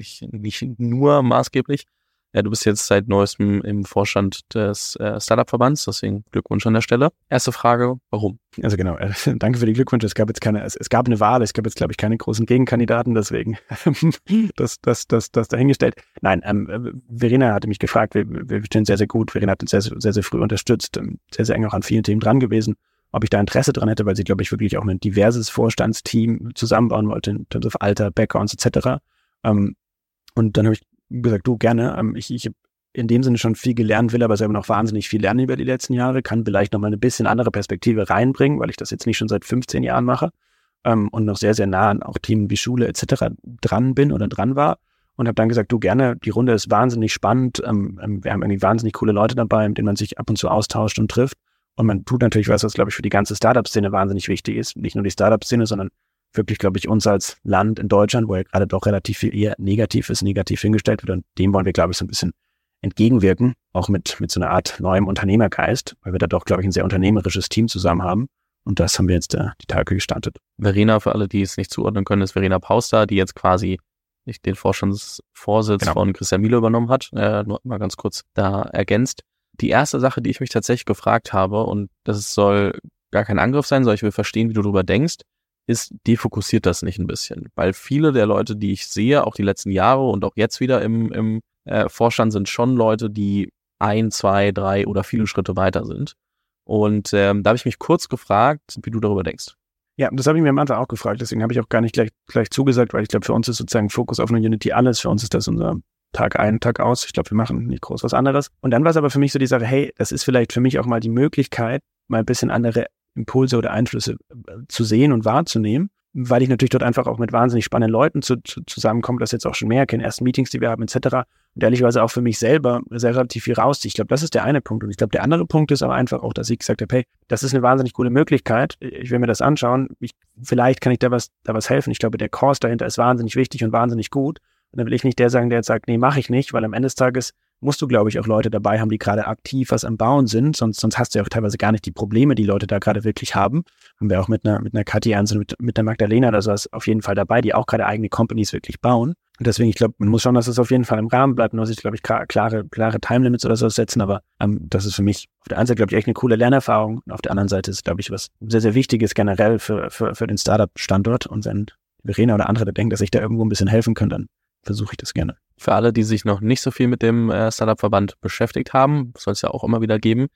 nur maßgeblich. Ja, du bist jetzt seit neuestem im Vorstand des Startup-Verbands, deswegen Glückwunsch an der Stelle. Erste Frage, warum? Also genau, danke für die Glückwünsche. Es gab eine Wahl, es gab jetzt, glaube ich, keine großen Gegenkandidaten, deswegen das dahingestellt. Nein, Verena hatte mich gefragt, wir stehen sehr, sehr gut. Verena hat uns sehr, sehr, sehr früh unterstützt, sehr, sehr eng auch an vielen Themen dran gewesen, ob ich da Interesse dran hätte, weil sie, glaube ich, wirklich auch ein diverses Vorstandsteam zusammenbauen wollte, in terms of Alter, Backgrounds etc. Und dann habe ich gesagt, du, gerne. Ich habe in dem Sinne schon viel gelernt, will aber selber noch wahnsinnig viel lernen über die letzten Jahre, kann vielleicht noch mal eine bisschen andere Perspektive reinbringen, weil ich das jetzt nicht schon seit 15 Jahren mache und noch sehr, sehr nah an auch Themen wie Schule etc. dran bin oder dran war und habe dann gesagt, du, gerne, die Runde ist wahnsinnig spannend, wir haben irgendwie wahnsinnig coole Leute dabei, mit denen man sich ab und zu austauscht und trifft und man tut natürlich was glaube ich, für die ganze Startup-Szene wahnsinnig wichtig ist. Nicht nur die Startup-Szene, sondern wirklich, glaube ich, uns als Land in Deutschland, wo ja gerade doch relativ viel eher negativ hingestellt wird und dem wollen wir, glaube ich, so ein bisschen entgegenwirken, auch mit so einer Art neuem Unternehmergeist, weil wir da doch, glaube ich, ein sehr unternehmerisches Team zusammen haben und das haben wir jetzt die Tage gestartet. Verena, für alle, die es nicht zuordnen können, ist Verena Pauster, die jetzt quasi den Vorstandsvorsitz von Christian Miele übernommen hat, nur mal ganz kurz da ergänzt. Die erste Sache, die ich mich tatsächlich gefragt habe und das soll gar kein Angriff sein, sondern ich will verstehen, wie du darüber denkst, ist, defokussiert das nicht ein bisschen? Weil viele der Leute, die ich sehe, auch die letzten Jahre und auch jetzt wieder im Vorstand, sind schon Leute, die 1, 2, 3 oder viele Schritte weiter sind. Und da habe ich mich kurz gefragt, wie du darüber denkst. Ja, das habe ich mir am Anfang auch gefragt, deswegen habe ich auch gar nicht gleich zugesagt, weil ich glaube, für uns ist sozusagen Fokus auf Unity alles, für uns ist das unser Tag ein, Tag aus. Ich glaube, wir machen nicht groß was anderes. Und dann war es aber für mich so die Sache, hey, das ist vielleicht für mich auch mal die Möglichkeit, mal ein bisschen andere Impulse oder Einflüsse zu sehen und wahrzunehmen, weil ich natürlich dort einfach auch mit wahnsinnig spannenden Leuten zusammenkomme, das jetzt auch schon merke in ersten Meetings, die wir haben, etc. Und ehrlicherweise auch für mich selber sehr relativ viel rausziehe. Ich glaube, das ist der eine Punkt. Und ich glaube, der andere Punkt ist aber einfach auch, dass ich gesagt habe, hey, das ist eine wahnsinnig coole Möglichkeit. Ich will mir das anschauen. Vielleicht kann ich da was helfen. Ich glaube, der Cause dahinter ist wahnsinnig wichtig und wahnsinnig gut. Und dann will ich nicht der sagen, der jetzt sagt, nee, mache ich nicht, weil am Ende des Tages musst du, glaube ich, auch Leute dabei haben, die gerade aktiv was am Bauen sind. Sonst hast du ja auch teilweise gar nicht die Probleme, die Leute da gerade wirklich haben. Haben wir auch mit einer Kathi Ernst und mit der Magdalena oder sowas auf jeden Fall dabei, die auch gerade eigene Companies wirklich bauen. Und deswegen, ich glaube, man muss schauen, dass es auf jeden Fall im Rahmen bleibt. Man muss sich, glaube ich, klare Timelimits oder sowas setzen. Aber das ist für mich auf der einen Seite, glaube ich, echt eine coole Lernerfahrung. Und auf der anderen Seite ist, glaube ich, was sehr, sehr Wichtiges generell für den Startup-Standort. Und wenn Verena oder andere da denken, dass ich da irgendwo ein bisschen helfen kann, dann versuche ich das gerne. Für alle, die sich noch nicht so viel mit dem Startup-Verband beschäftigt haben, soll es ja auch immer wieder geben.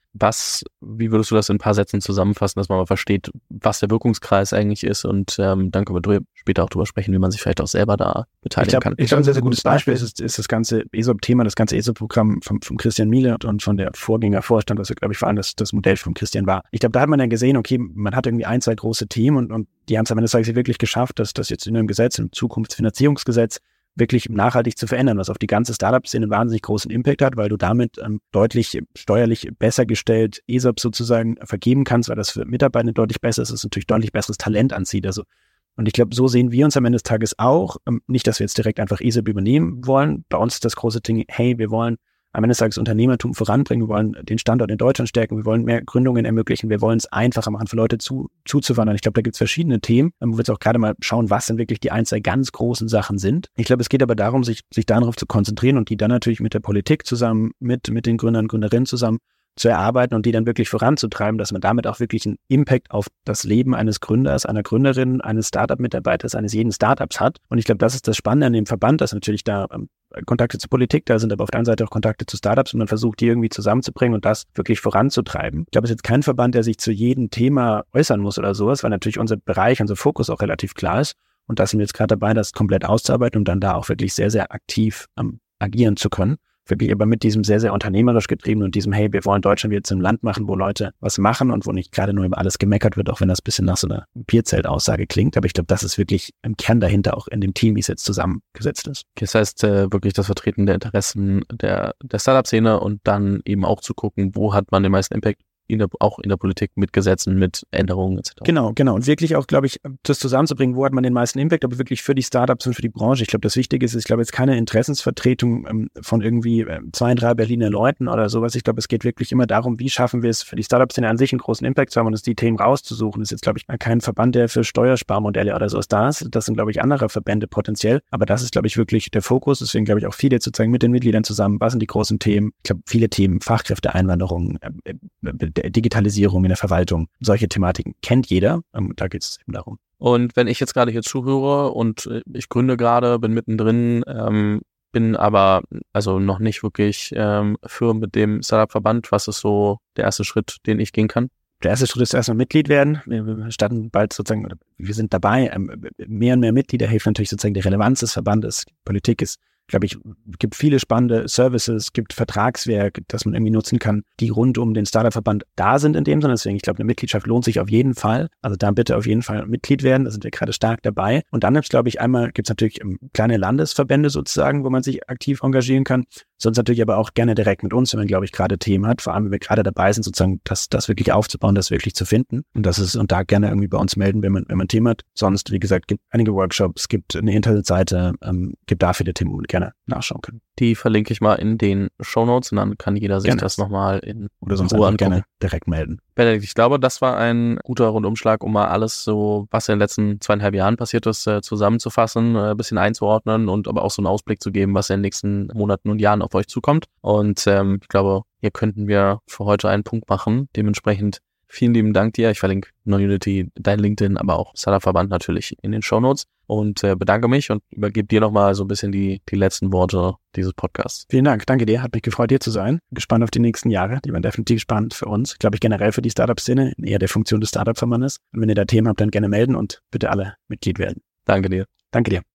Wie würdest du das in ein paar Sätzen zusammenfassen, dass man mal versteht, was der Wirkungskreis eigentlich ist? Und dann können wir später auch drüber sprechen, wie man sich vielleicht auch selber da beteiligen kann. Ich glaube, ein sehr, sehr gutes Beispiel ist das ganze ESOP-Thema, das ganze ESOP-Programm von Christian Miele und von der Vorgängervorstand, was ja, glaube ich, vor allem das Modell von Christian war. Ich glaube, da hat man ja gesehen, okay, man hat irgendwie 1, 2 große Themen und die haben es am Ende des Tages wirklich geschafft, dass das jetzt in einem Gesetz, im Zukunftsfinanzierungsgesetz, wirklich nachhaltig zu verändern, was auf die ganze Startup-Szene einen wahnsinnig großen Impact hat, weil du damit deutlich steuerlich besser gestellt ESOP sozusagen vergeben kannst, weil das für Mitarbeiter deutlich besser ist, es natürlich deutlich besseres Talent anzieht. Also, und ich glaube, so sehen wir uns am Ende des Tages auch. Nicht, dass wir jetzt direkt einfach ESOP übernehmen wollen. Bei uns ist das große Ding, hey, wir wollen am Ende des Tages Unternehmertum voranbringen, wir wollen den Standort in Deutschland stärken, wir wollen mehr Gründungen ermöglichen, wir wollen es einfacher machen für Leute zuzuwandern. Ich glaube, da gibt es verschiedene Themen, wo wir jetzt auch gerade mal schauen, was denn wirklich die 1, 2 ganz großen Sachen sind. Ich glaube, es geht aber darum, sich darauf zu konzentrieren und die dann natürlich mit der Politik zusammen, mit den Gründern und Gründerinnen zusammen zu erarbeiten und die dann wirklich voranzutreiben, dass man damit auch wirklich einen Impact auf das Leben eines Gründers, einer Gründerin, eines Startup-Mitarbeiters, eines jeden Startups hat. Und ich glaube, das ist das Spannende an dem Verband, dass natürlich da Kontakte zur Politik da sind, aber auf der anderen Seite auch Kontakte zu Startups und man versucht, die irgendwie zusammenzubringen und das wirklich voranzutreiben. Ich glaube, es ist jetzt kein Verband, der sich zu jedem Thema äußern muss oder sowas, weil natürlich unser Bereich, unser Fokus auch relativ klar ist. Und da sind wir jetzt gerade dabei, das komplett auszuarbeiten, um dann da auch wirklich sehr, sehr aktiv agieren zu können. Wirklich aber mit diesem sehr, sehr unternehmerisch getrieben und diesem, hey, wir wollen Deutschland wieder zum Land machen, wo Leute was machen und wo nicht gerade nur über alles gemeckert wird, auch wenn das ein bisschen nach so einer Bierzelt-Aussage klingt. Aber ich glaube, das ist wirklich im Kern dahinter auch in dem Team, wie es jetzt zusammengesetzt ist. Das heißt, wirklich das Vertreten der Interessen der Startup-Szene und dann eben auch zu gucken, wo hat man den meisten Impact auch in der Politik mit Gesetzen, mit Änderungen etc. Genau. Und wirklich auch, glaube ich, das zusammenzubringen, wo hat man den meisten Impact, aber wirklich für die Startups und für die Branche. Ich glaube, das Wichtige ist, ich glaube jetzt keine Interessensvertretung von irgendwie 2, 3 Berliner Leuten oder sowas. Ich glaube, es geht wirklich immer darum, wie schaffen wir es für die Startup-Szene an sich einen großen Impact zu haben und uns die Themen rauszusuchen. Das ist jetzt, glaube ich, kein Verband, der für Steuersparmodelle oder sowas da ist. Das sind, glaube ich, andere Verbände potenziell. Aber das ist, glaube ich, wirklich der Fokus. Deswegen, glaube ich, auch viele sozusagen mit den Mitgliedern zusammen. Was sind die großen Themen? Ich glaube, viele Themen, Fachkräfteeinwanderung, Digitalisierung in der Verwaltung, solche Thematiken kennt jeder. Da geht es eben darum. Und wenn ich jetzt gerade hier zuhöre und ich gründe gerade, bin mittendrin, bin aber also noch nicht wirklich firm mit dem Startup-Verband, was ist so der erste Schritt, den ich gehen kann? Der erste Schritt ist erstmal Mitglied werden. Wir starten bald sozusagen, oder wir sind dabei. Mehr und mehr Mitglieder hilft natürlich sozusagen der Relevanz des Verbandes. Politik ist, glaube ich, gibt viele spannende Services, gibt Vertragswerk, das man irgendwie nutzen kann, die rund um den Startup-Verband da sind in dem Sinne. Deswegen, ich glaube, eine Mitgliedschaft lohnt sich auf jeden Fall. Also da bitte auf jeden Fall Mitglied werden. Da sind wir gerade stark dabei. Und dann glaube ich, gibt's natürlich kleine Landesverbände sozusagen, wo man sich aktiv engagieren kann. Sonst natürlich aber auch gerne direkt mit uns, wenn man, glaube ich, gerade Themen hat. Vor allem, wenn wir gerade dabei sind, sozusagen das wirklich aufzubauen, das wirklich zu finden. Und da gerne irgendwie bei uns melden, wenn man Themen hat. Sonst, wie gesagt, gibt einige Workshops, gibt eine Internetseite, gibt da viele Themen, wo man gerne nachschauen können. Die verlinke ich mal in den Shownotes und dann kann jeder sich das nochmal in oder sonst Ruhe gerne direkt melden. Benedikt, ich glaube, das war ein guter Rundumschlag, um mal alles so, was in den letzten 2,5 Jahren passiert ist, zusammenzufassen, ein bisschen einzuordnen und aber auch so einen Ausblick zu geben, was in den nächsten Monaten und Jahren auf euch zukommt. Und ich glaube, hier könnten wir für heute einen Punkt machen. Dementsprechend Vielen lieben Dank dir. Ich verlinke NoUnity, dein LinkedIn, aber auch Startup-Verband natürlich in den Shownotes und bedanke mich und übergebe dir nochmal so ein bisschen die letzten Worte dieses Podcasts. Vielen Dank. Danke dir. Hat mich gefreut, hier zu sein. Bin gespannt auf die nächsten Jahre. Die waren definitiv spannend für uns. Glaube ich generell für die Startup-Szene, eher der Funktion des Startup-Verbandes. Und wenn ihr da Themen habt, dann gerne melden und bitte alle Mitglied werden. Danke dir. Danke dir.